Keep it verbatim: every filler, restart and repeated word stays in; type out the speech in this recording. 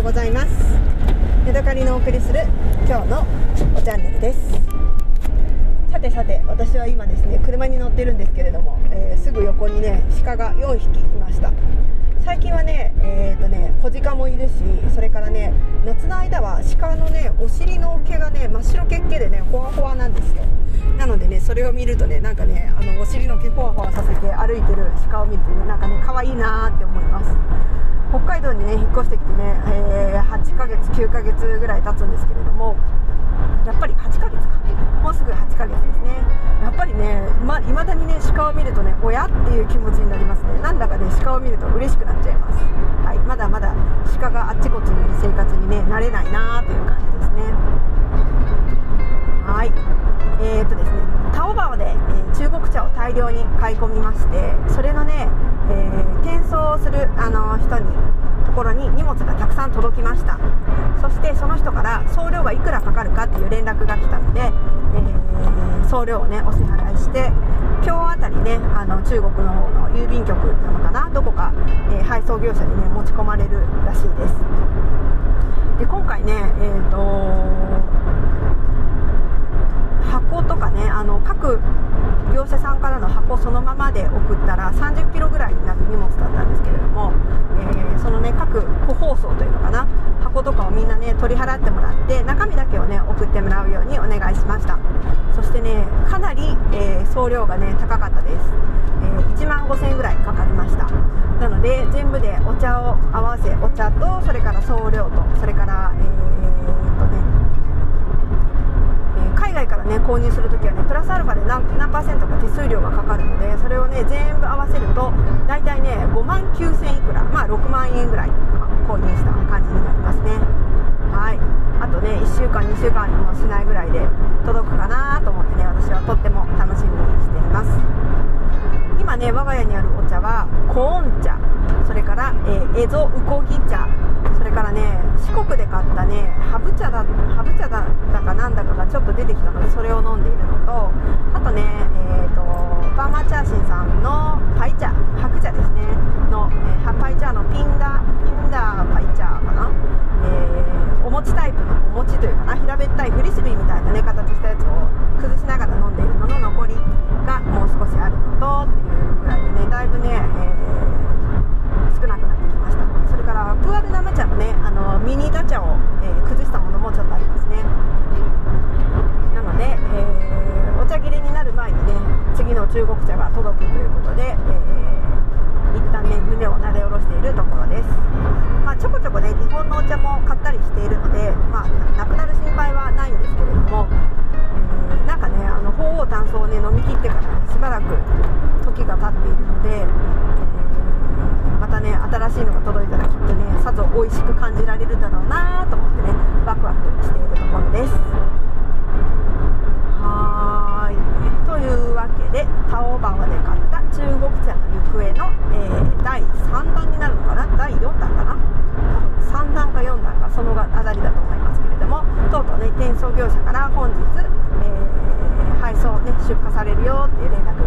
ございます。ヤドカリのお送りする今日のおチャンネルです。さてさて、私は今ですね車に乗ってるんですけれども、えー、すぐ横にね鹿がよんひきいました。最近はねえーとね小鹿もいるし、それからね夏の間は鹿のねお尻の毛がね真っ白けっけでねほわほわなんですよ。なのでねそれを見るとねなんかねあのお尻の毛ほわほわさせて歩いてる鹿を見るとねなんかね可愛いなーって思います。北海道にね引っ越してきてね、えー、はちかげつきゅうかげつぐらい経つんですけれども、やっぱりはちかげつかもうすぐはちかげつですね。やっぱりねま未だにね鹿を見るとね親っていう気持ちになりますね。なんだかね鹿を見ると嬉しくなっちゃいます。はい、まだまだ鹿があっちこっちにいる生活にね慣れないなーという感じですね。はい、えーとですねタオバオで、えー、中国茶を大量に買い込みまして、それのね、えー、転送するあの人にところに荷物がたくさん届きました。そしてその人から送料がいくらかかるかっていう連絡が来たので、えー、送料をねお支払いして、今日あたりねあの中国の方の郵便局なのかなどこか、えー、配送業者にね持ち込まれるらしいです。で今回ねえーと箱とかねあの各業者さんからの箱そのままで送ったらさんじゅっキロぐらいになる荷物だったんですけれども、えー、そのね各個包装というのかな箱とかをみんなね取り払ってもらって中身だけをね送ってもらうようにお願いしました。そしてねかなり、えー、送料がね高かったです。えー、いちまんごせんえんぐらいかかりました。なので全部でお茶を合わせお茶とそれから送料とそれからえー、っとね海外からね購入するときはねプラスアルファで 何, 何パーセントか手数料がかかるので、それをね全部合わせるとだいたいねごまんきゅうせんいくら、まあろくまんえんぐらい購入した感じになりますね。はい、あとねいっしゅうかんにしゅうかんにもしないぐらいで届くかなと思ってね私はとっても楽しみにしています。今ね我が家にあるお茶はコーン茶、それから、えー、エゾウコギ茶、それからね四国で買ったねハブ茶だハブ茶だったかなんだかがちょっと出てきたのでそれを飲んでいるのと、あとねえーとバーマーチャーシンさんのパイ茶白茶ですねの、えー、パイ茶のピンダピンダーパイ茶かな、えー、お餅タイプのお餅というかな平べったいフリスビーみたいなね形したやつを崩しながら飲んでいるのの残りがもう少しあるのとっていうぐらいでねだいぶね、えー、少なくなってきました。それからプーアル生茶のねあのミニダ茶を、えー、崩したものもちょっとありますね。なので、えー、お茶切れになる前にね次の中国茶が届くということで、えー、一旦ね胸をなで下ろしているところです。まあちょこちょこね日本のお茶も買ったりしているので、まあなくなる心配はないんですけれども、えー、なんかねあの鳳凰炭素をね飲み切ってから、ね、しばらく時が経っているので、えー、またね新しいのが届いたらきっとねさぞ美味しく感じられるだろうなと思ってねワクワクしているところです。はーい、というわけでタオバオで買った中国茶の行方の、えー、だいさんだんになるのかなだいよんだんかなさんだんかよんだんかそのあたりだと思いますけれども、とうとうね転送業者から本日、えー、配送ね出荷されるよっていう連絡